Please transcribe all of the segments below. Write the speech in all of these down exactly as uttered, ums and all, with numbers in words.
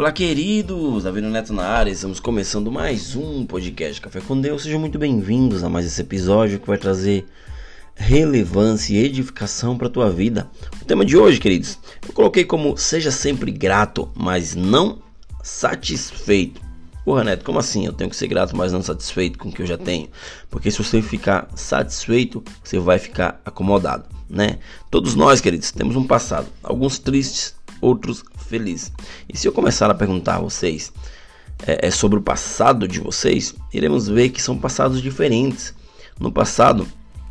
Olá, queridos, Davi Neto na área, estamos começando mais um podcast Café com Deus. Sejam muito bem-vindos a mais esse episódio que vai trazer relevância e edificação para a tua vida. O tema de hoje, queridos, eu coloquei como seja sempre grato, mas não satisfeito. Porra, Neto, como assim? Eu tenho que ser grato, mas não satisfeito com o que eu já tenho? Porque se você ficar satisfeito, você vai ficar acomodado, né? Todos nós, queridos, temos um passado, alguns tristes, outros felizes. E se eu começar a perguntar a vocês é, é sobre o passado de vocês, iremos ver que são passados diferentes. No passado,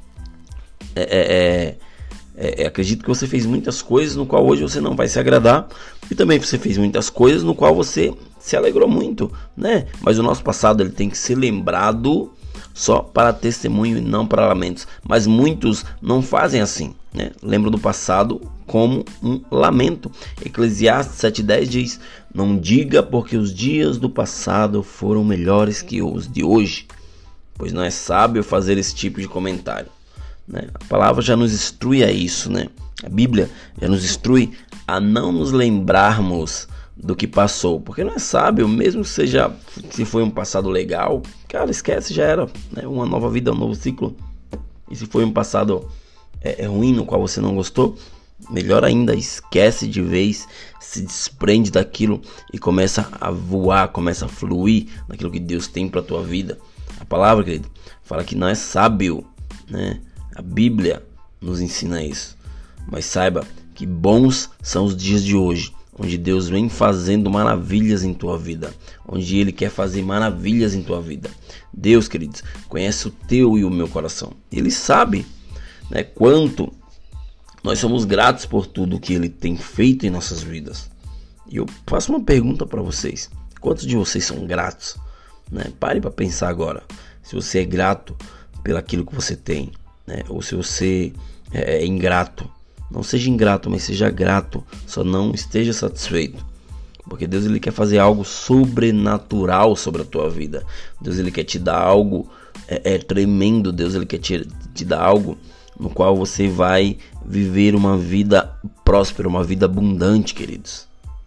é, é, é, é, acredito que você fez muitas coisas no qual hoje você não vai se agradar, e também você fez muitas coisas no qual você se alegrou muito, né? Mas o nosso passado ele tem que ser lembrado só para testemunho e não para lamentos. Mas muitos não fazem assim, né? Lembram do passado como um lamento. Eclesiastes sete dez diz: não diga porque os dias do passado foram melhores que os de hoje, pois não é sábio fazer esse tipo de comentário, né? A palavra já nos instrui a isso, né? A Bíblia já nos instrui a não nos lembrarmos do que passou, porque não é sábio, mesmo que seja, se foi um passado legal, cara, esquece, já era, né? Uma nova vida, um novo ciclo. E se foi um passado é, é ruim, no qual você não gostou, melhor ainda, esquece de vez, se desprende daquilo e começa a voar, começa a fluir naquilo que Deus tem para tua vida. A palavra, querido, fala que não é sábio, né? A Bíblia nos ensina isso. Mas saiba que bons são os dias de hoje, onde Deus vem fazendo maravilhas em tua vida, onde Ele quer fazer maravilhas em tua vida. Deus, queridos, conhece o teu e o meu coração. Ele sabe, né, quanto nós somos gratos por tudo que Ele tem feito em nossas vidas. E eu faço uma pergunta para vocês: quantos de vocês são gratos? Né? Pare para pensar agora. Se você é grato pelaquilo que você tem, né? Ou se você é, é ingrato. Não seja ingrato, mas seja grato. Só não esteja satisfeito. Porque Deus ele quer fazer algo sobrenatural sobre a tua vida. Deus ele quer te dar algo é, é tremendo. Deus ele quer te, te dar algo no qual você vai viver uma vida próspera, uma vida abundante, queridos.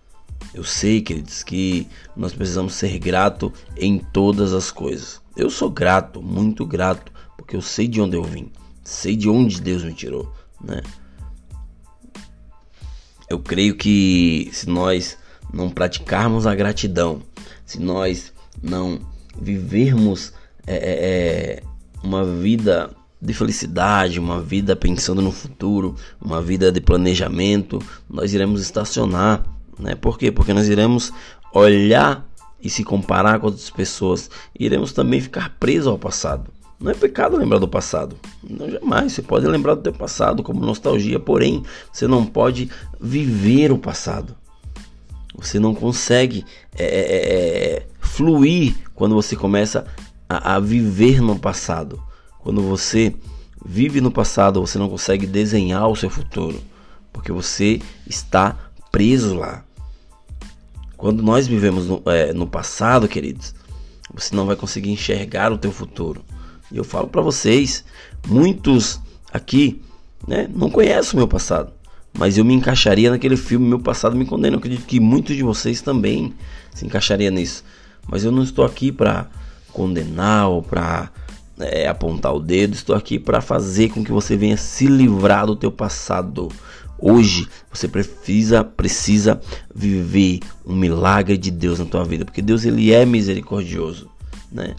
Eu sei, queridos, que nós precisamos ser grato em todas as coisas. Eu sou grato, muito grato, porque eu sei de onde eu vim. Sei de onde Deus me tirou, né? Eu creio que se nós não praticarmos a gratidão, se nós não vivermos é, é, uma vida de felicidade, uma vida pensando no futuro, uma vida de planejamento, nós iremos estacionar, né? Por quê? Porque nós iremos olhar e se comparar com outras pessoas, e iremos também ficar presos ao passado. Não é pecado lembrar do passado, não, jamais. Você pode lembrar do teu passado como nostalgia, porém você não pode viver o passado. Você não consegue é, é, fluir quando você começa a, a viver no passado. Quando você vive no passado, você não consegue desenhar o seu futuro, porque você está preso lá. Quando nós vivemos no, é, no passado, queridos, você não vai conseguir enxergar o teu futuro. E eu falo para vocês, muitos aqui, né, não conhecem o meu passado, mas eu me encaixaria naquele filme Meu Passado Me Condena. Eu acredito que muitos de vocês também se encaixariam nisso. Mas eu não estou aqui para condenar ou para é, apontar o dedo. Estou aqui para fazer com que você venha se livrar do teu passado. Hoje você precisa, precisa viver um milagre de Deus na tua vida, porque Deus ele é misericordioso, né?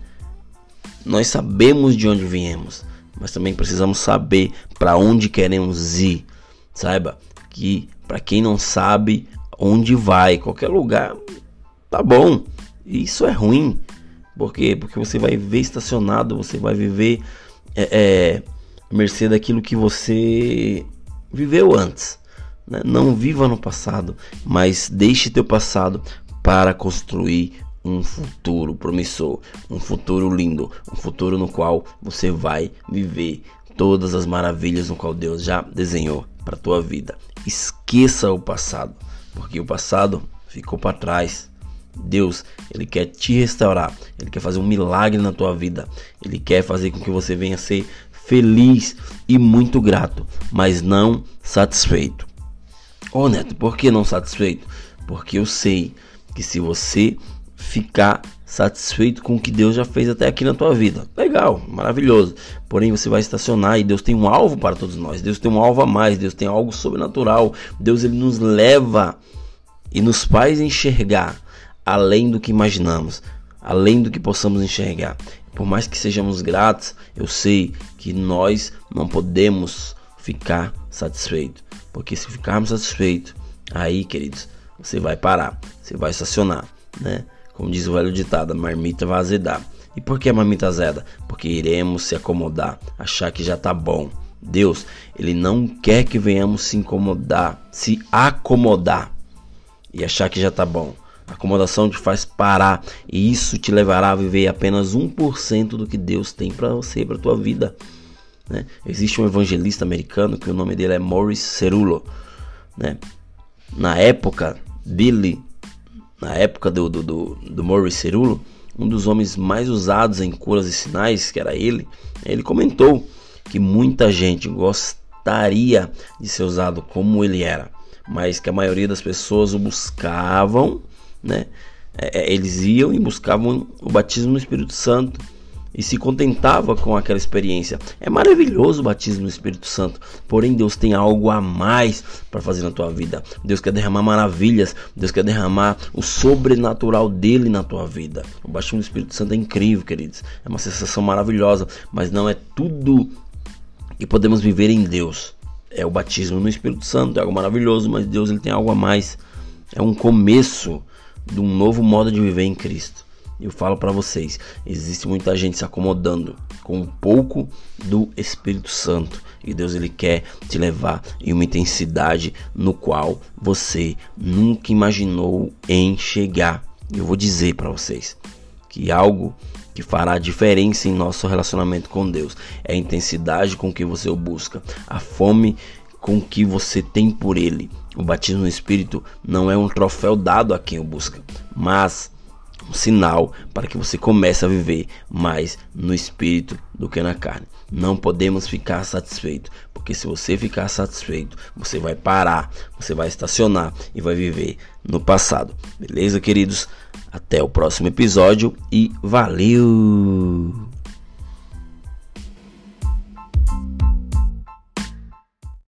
Nós sabemos de onde viemos, mas também precisamos saber para onde queremos ir. Saiba que para quem não sabe onde vai, qualquer lugar tá bom. E isso é ruim. Por quê? Porque você vai viver estacionado, você vai viver é, é, mercê daquilo que você viveu antes, né? Não viva no passado, mas deixe teu passado para construir um futuro promissor, um futuro lindo, um futuro no qual você vai viver todas as maravilhas no qual Deus já desenhou para tua vida. Esqueça o passado, porque o passado ficou para trás. Deus, ele quer te restaurar, ele quer fazer um milagre na tua vida, ele quer fazer com que você venha ser feliz e muito grato, mas não satisfeito. Oh, Neto, por que não satisfeito? Porque eu sei que se você ficar satisfeito com o que Deus já fez até aqui na tua vida, legal, maravilhoso, porém você vai estacionar e Deus tem um alvo para todos nós, Deus tem um alvo a mais, Deus tem algo sobrenatural, Deus ele nos leva e nos faz enxergar além do que imaginamos, além do que possamos enxergar. Por mais que sejamos gratos, eu sei que nós não podemos ficar satisfeitos, porque se ficarmos satisfeitos, aí, queridos, você vai parar, você vai estacionar, né? Como diz o velho ditado, a marmita vai azedar. E por que a marmita azeda? Porque iremos se acomodar, achar que já tá bom. Deus, ele não quer que venhamos se incomodar, se acomodar e achar que já tá bom. A acomodação te faz parar e isso te levará a viver apenas um por cento do que Deus tem para você e para tua vida, né? Existe um evangelista americano que o nome dele é Morris Cerullo, né? Na época dele, na época do, do, do, do Morris Cerullo, um dos homens mais usados em curas e sinais, que era ele, ele comentou que muita gente gostaria de ser usado como ele era, mas que a maioria das pessoas o buscavam, né? É, eles iam e buscavam o batismo no Espírito Santo e se contentava com aquela experiência. É maravilhoso o batismo no Espírito Santo, porém Deus tem algo a mais para fazer na tua vida. Deus quer derramar maravilhas, Deus quer derramar o sobrenatural dele na tua vida. O batismo do Espírito Santo é incrível, queridos, é uma sensação maravilhosa, mas não é tudo que podemos viver em Deus. É o batismo no Espírito Santo, é algo maravilhoso, mas Deus ele tem algo a mais. É um começo de um novo modo de viver em Cristo. Eu falo para vocês, existe muita gente se acomodando com um pouco do Espírito Santo e Deus ele quer te levar em uma intensidade no qual você nunca imaginou em chegar. Eu vou dizer para vocês que algo que fará diferença em nosso relacionamento com Deus é a intensidade com que você o busca, a fome com que você tem por ele. O batismo no Espírito não é um troféu dado a quem o busca, mas um sinal para que você comece a viver mais no Espírito do que na carne. Não podemos ficar satisfeitos, porque se você ficar satisfeito, você vai parar, você vai estacionar e vai viver no passado. Beleza, queridos? Até o próximo episódio e valeu!